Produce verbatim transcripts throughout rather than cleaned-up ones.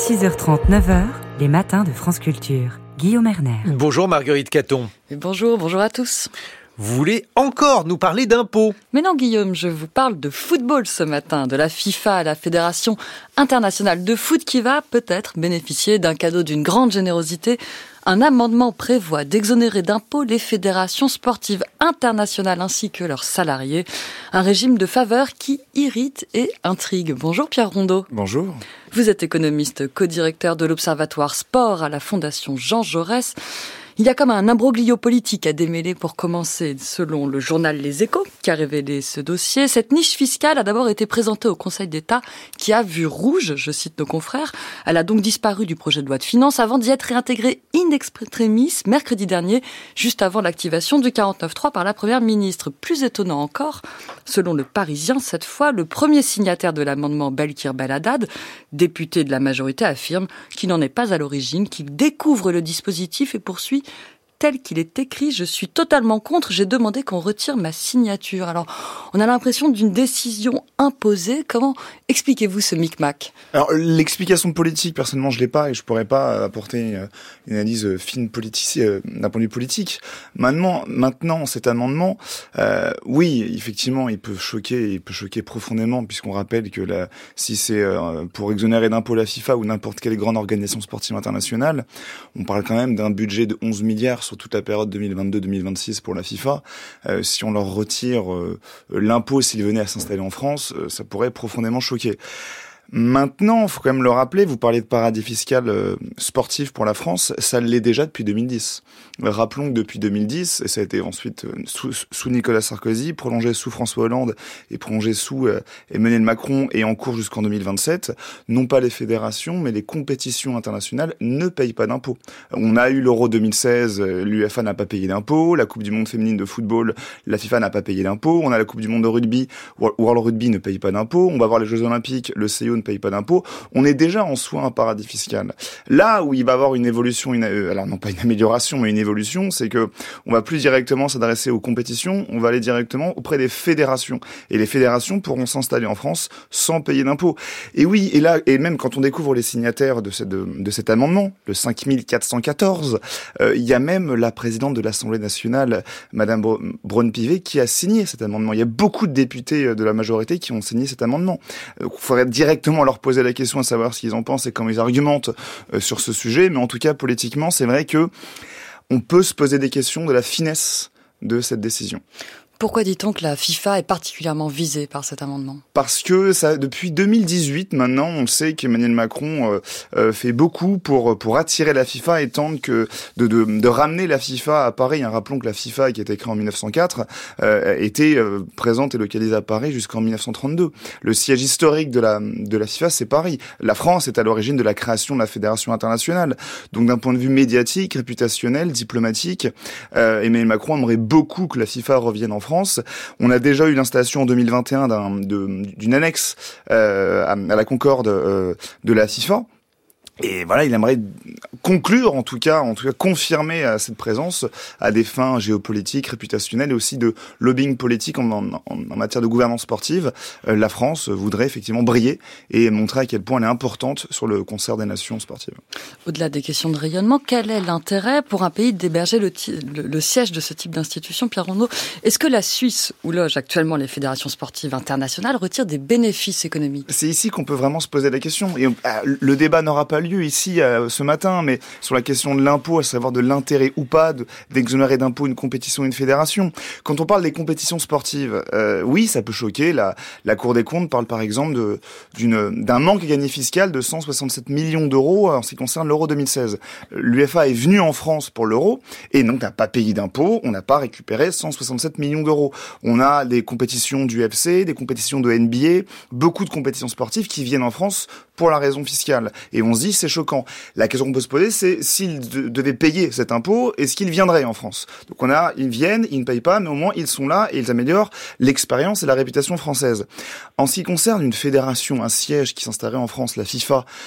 six heures trente, neuf heures, les matins de France Culture. Guillaume Erner. Bonjour Marguerite Caton. Et bonjour, bonjour à tous. Vous voulez encore nous parler d'impôts ? Mais non Guillaume, je vous parle de football ce matin, de la FIFA, la Fédération internationale de foot qui va peut-être bénéficier d'un cadeau d'une grande générosité. Un amendement prévoit d'exonérer d'impôts les fédérations sportives internationales ainsi que leurs salariés. Un régime de faveur qui irrite et intrigue. Bonjour Pierre Rondeau. Bonjour. Vous êtes économiste, co-directeur de l'Observatoire Sport à la Fondation Jean Jaurès. Il y a comme un imbroglio politique à démêler pour commencer. Selon le journal Les Échos, qui a révélé ce dossier, cette niche fiscale a d'abord été présentée au Conseil d'État, qui a vu rouge, je cite nos confrères. Elle a donc disparu du projet de loi de finances avant d'y être réintégrée in extremis mercredi dernier, juste avant l'activation du quarante-neuf trois par la Première ministre. Plus étonnant encore, selon le Parisien, cette fois, le premier signataire de l'amendement Belkir Belhaddad, député de la majorité, affirme qu'il n'en est pas à l'origine, qu'il découvre le dispositif et poursuit tel qu'il est écrit, je suis totalement contre, j'ai demandé qu'on retire ma signature. Alors, on a l'impression d'une décision imposée. Comment expliquez-vous ce micmac ? Alors, l'explication politique, personnellement, je l'ai pas et je pourrais pas apporter une analyse fine politique, d'un point de vue politique. Maintenant, maintenant, cet amendement, euh, oui, effectivement, il peut choquer, il peut choquer profondément, puisqu'on rappelle que la, si c'est euh, pour exonérer d'impôts la FIFA ou n'importe quelle grande organisation sportive internationale, on parle quand même d'un budget de onze milliards sur toute la période deux mille vingt-deux deux mille vingt-six pour la FIFA. Euh, si on leur retire euh, l'impôt s'ils venaient à s'installer en France, euh, ça pourrait profondément choquer. Maintenant, il faut quand même le rappeler, vous parlez de paradis fiscal euh, sportif pour la France, ça l'est déjà depuis deux mille dix. Rappelons que depuis deux mille dix, et ça a été ensuite euh, sous, sous Nicolas Sarkozy, prolongé sous François Hollande et prolongé sous euh, Emmanuel Macron et en cours jusqu'en deux mille vingt-sept, non pas les fédérations, mais les compétitions internationales ne payent pas d'impôts. On a eu l'Euro deux mille seize, l'U F A n'a pas payé d'impôts, la Coupe du Monde féminine de football, la FIFA n'a pas payé d'impôts, on a la Coupe du Monde de rugby, World Rugby ne paye pas d'impôts, on va voir les Jeux Olympiques, le C I O ne paye pas d'impôts, on est déjà en soi un paradis fiscal. Là où il va y avoir une évolution, une, alors non pas une amélioration, mais une évolution, c'est que on va plus directement s'adresser aux compétitions, on va aller directement auprès des fédérations. Et les fédérations pourront s'installer en France sans payer d'impôts. Et oui, et là, et même quand on découvre les signataires de, cette, de, de cet amendement, le cinq mille quatre cent quatorze, euh, il y a même la présidente de l'Assemblée nationale, Madame Braun-Pivet, qui a signé cet amendement. Il y a beaucoup de députés de la majorité qui ont signé cet amendement. Il faudrait directement leur poser la question à savoir ce qu'ils en pensent et comment ils argumentent euh, sur ce sujet, mais en tout cas politiquement, c'est vrai que on peut se poser des questions de la finesse de cette décision. Pourquoi dit-on que la FIFA est particulièrement visée par cet amendement ? Parce que ça, depuis deux mille dix-huit, maintenant, on sait qu'Emmanuel Macron euh, euh, fait beaucoup pour pour attirer la FIFA et tente que de, de de ramener la FIFA à Paris. Hein, rappelons que la FIFA, qui a été créée en mille neuf cent quatre, euh, était euh, présente et localisée à Paris jusqu'en mille neuf cent trente-deux. Le siège historique de la de la FIFA, c'est Paris. La France est à l'origine de la création de la Fédération internationale. Donc, d'un point de vue médiatique, réputationnel, diplomatique, euh, Emmanuel Macron aimerait beaucoup que la FIFA revienne en France. On a déjà eu l'installation en deux mille vingt et un d'un, de, d'une annexe euh, à, à la Concorde euh, de la FIFA. Et voilà, il aimerait conclure, en tout cas, en tout cas confirmer à cette présence à des fins géopolitiques, réputationnelles et aussi de lobbying politique en, en, en matière de gouvernance sportive. Euh, la France voudrait effectivement briller et montrer à quel point elle est importante sur le concert des nations sportives. Au-delà des questions de rayonnement, quel est l'intérêt pour un pays d'héberger le, le, le siège de ce type d'institution, Pierre Rondeau ? Est-ce que la Suisse, où loge actuellement les fédérations sportives internationales, retire des bénéfices économiques ? C'est ici qu'on peut vraiment se poser la question. Et euh, le débat n'aura pas lieu ici euh, ce matin, mais sur la question de l'impôt, à savoir de l'intérêt ou pas de, d'exonérer d'impôt une compétition, une fédération. Quand on parle des compétitions sportives, euh, oui, ça peut choquer. La, la Cour des comptes parle par exemple de, d'une, d'un manque à gagner fiscal de cent soixante-sept millions d'euros en ce qui concerne l'Euro deux mille seize. L'U F A est venu en France pour l'Euro et donc n'a pas payé d'impôt, on n'a pas récupéré cent soixante-sept millions d'euros. On a des compétitions du U F C, des compétitions de N B A, beaucoup de compétitions sportives qui viennent en France pour la raison fiscale. Et on se dit, c'est choquant. La question qu'on peut se poser, c'est s'ils de- devaient payer cet impôt, est-ce qu'ils viendraient en France ? Donc on a, ils viennent, ils ne payent pas, mais au moins ils sont là et ils améliorent l'expérience et la réputation française. En ce qui concerne une fédération, un siège qui s'installerait en France, la FIFA,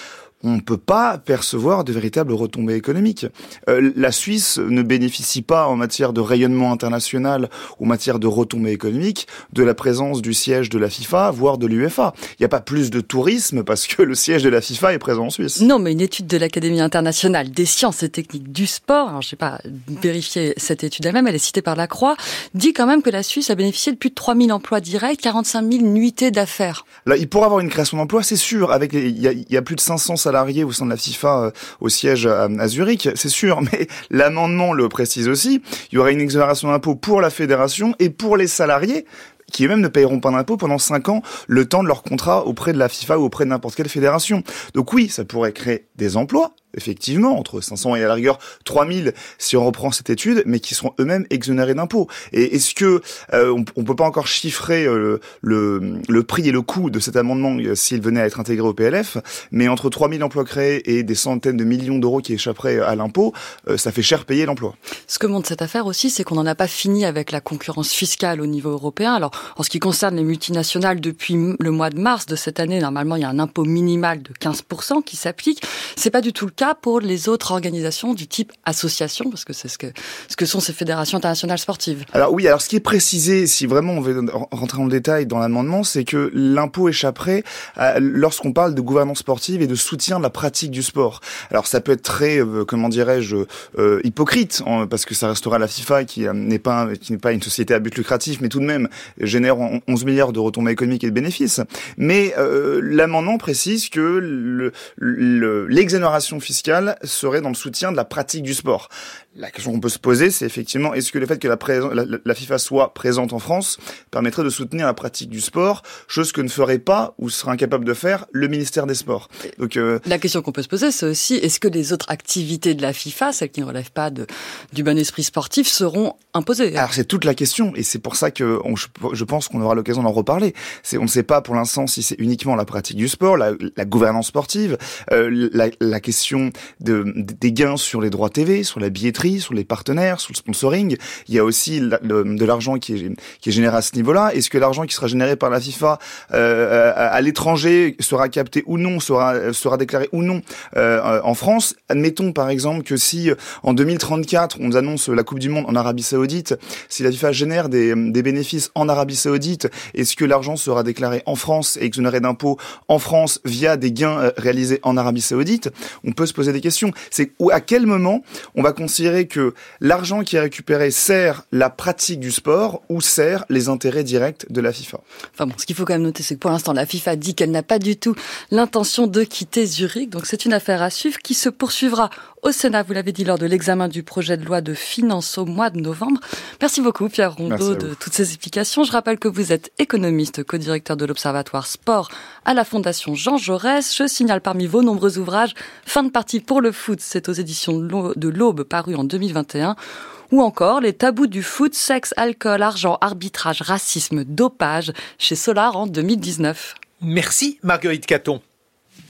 on ne peut pas percevoir de véritables retombées économiques. Euh, la Suisse ne bénéficie pas en matière de rayonnement international ou en matière de retombées économiques de la présence du siège de la FIFA, voire de l'U E F A. Il n'y a pas plus de tourisme parce que le siège de la FIFA est présent en Suisse. Non, mais une étude de l'Académie internationale des sciences et techniques du sport, alors je sais pas vérifier cette étude elle-même, elle est citée par la Croix, dit quand même que la Suisse a bénéficié de plus de trois mille emplois directs, quarante-cinq mille nuitées d'affaires. Là, il pourra avoir une création d'emplois, c'est sûr. Avec les, il y a, il y a plus de cinq cents salariés au sein de la FIFA euh, au siège à, à Zurich, c'est sûr. Mais l'amendement le précise aussi. Il y aura une exonération d'impôts pour la fédération et pour les salariés, qui eux-mêmes ne paieront pas d'impôts pendant cinq ans, le temps de leur contrat auprès de la FIFA ou auprès de n'importe quelle fédération. Donc oui, ça pourrait créer des emplois, effectivement, entre cinq cents et à la rigueur trois mille si on reprend cette étude, mais qui seront eux-mêmes exonérés d'impôts. Et est-ce que euh, on, on peut pas encore chiffrer euh, le, le prix et le coût de cet amendement euh, s'il venait à être intégré au P L F, mais entre trois mille emplois créés et des centaines de millions d'euros qui échapperaient à l'impôt, euh, ça fait cher payer l'emploi. Ce que montre cette affaire aussi, c'est qu'on n'en a pas fini avec la concurrence fiscale au niveau européen. Alors, en ce qui concerne les multinationales, depuis le mois de mars de cette année, normalement, il y a un impôt minimal de quinze pour cent qui s'applique. C'est pas du tout le cas pour les autres organisations du type association, parce que c'est ce que, ce que sont ces fédérations internationales sportives. Alors oui, alors ce qui est précisé, si vraiment on veut rentrer en détail dans l'amendement, c'est que l'impôt échapperait à, lorsqu'on parle de gouvernance sportive et de soutien de la pratique du sport. Alors ça peut être très, euh, comment dirais-je, euh, hypocrite, hein, parce que ça restera la FIFA qui euh, n'est pas qui n'est pas une société à but lucratif, mais tout de même génère onze milliards de retombées économiques et de bénéfices. Mais euh, l'amendement précise que le, le, l'exonération fiscale serait dans le soutien de la pratique du sport. La question qu'on peut se poser, c'est effectivement, est-ce que le fait que la, pré- la, la FIFA soit présente en France permettrait de soutenir la pratique du sport, chose que ne ferait pas ou serait incapable de faire le ministère des Sports. Donc, euh... La question qu'on peut se poser, c'est aussi, est-ce que les autres activités de la FIFA, celles qui ne relèvent pas de, du bon esprit sportif, seront imposées? Alors c'est toute la question, et c'est pour ça que on, je pense qu'on aura l'occasion d'en reparler. C'est, on ne sait pas pour l'instant si c'est uniquement la pratique du sport, la, la gouvernance sportive, euh, la, la question de, des gains sur les droits T V, sur la billetterie, sur les partenaires, sur le sponsoring. Il y a aussi la, le, de l'argent qui est, qui est généré à ce niveau-là. Est-ce que l'argent qui sera généré par la FIFA euh, à, à l'étranger sera capté ou non, sera, sera déclaré ou non euh, en France? Admettons par exemple que si en deux mille trente-quatre on nous annonce la Coupe du Monde en Arabie Saoudite, si la FIFA génère des, des bénéfices en Arabie Saoudite, est-ce que l'argent sera déclaré en France et exonéré d'impôts en France via des gains réalisés en Arabie Saoudite? On peut se poser des questions. C'est où, à quel moment on va considérer que l'argent qui est récupéré sert la pratique du sport ou sert les intérêts directs de la FIFA. Enfin bon, ce qu'il faut quand même noter, c'est que pour l'instant, la FIFA dit qu'elle n'a pas du tout l'intention de quitter Zurich. Donc c'est une affaire à suivre qui se poursuivra au Sénat, vous l'avez dit, lors de l'examen du projet de loi de finances au mois de novembre. Merci beaucoup, Pierre Rondeau, de toutes ces explications. Je rappelle que vous êtes économiste, co-directeur de l'Observatoire Sport à la Fondation Jean Jaurès. Je signale parmi vos nombreux ouvrages Fin de partie pour le foot, c'est aux éditions de l'Aube, paru en deux mille vingt et un. Ou encore Les tabous du foot, sexe, alcool, argent, arbitrage, racisme, dopage, chez Solar en deux mille dix-neuf. Merci Marguerite Caton.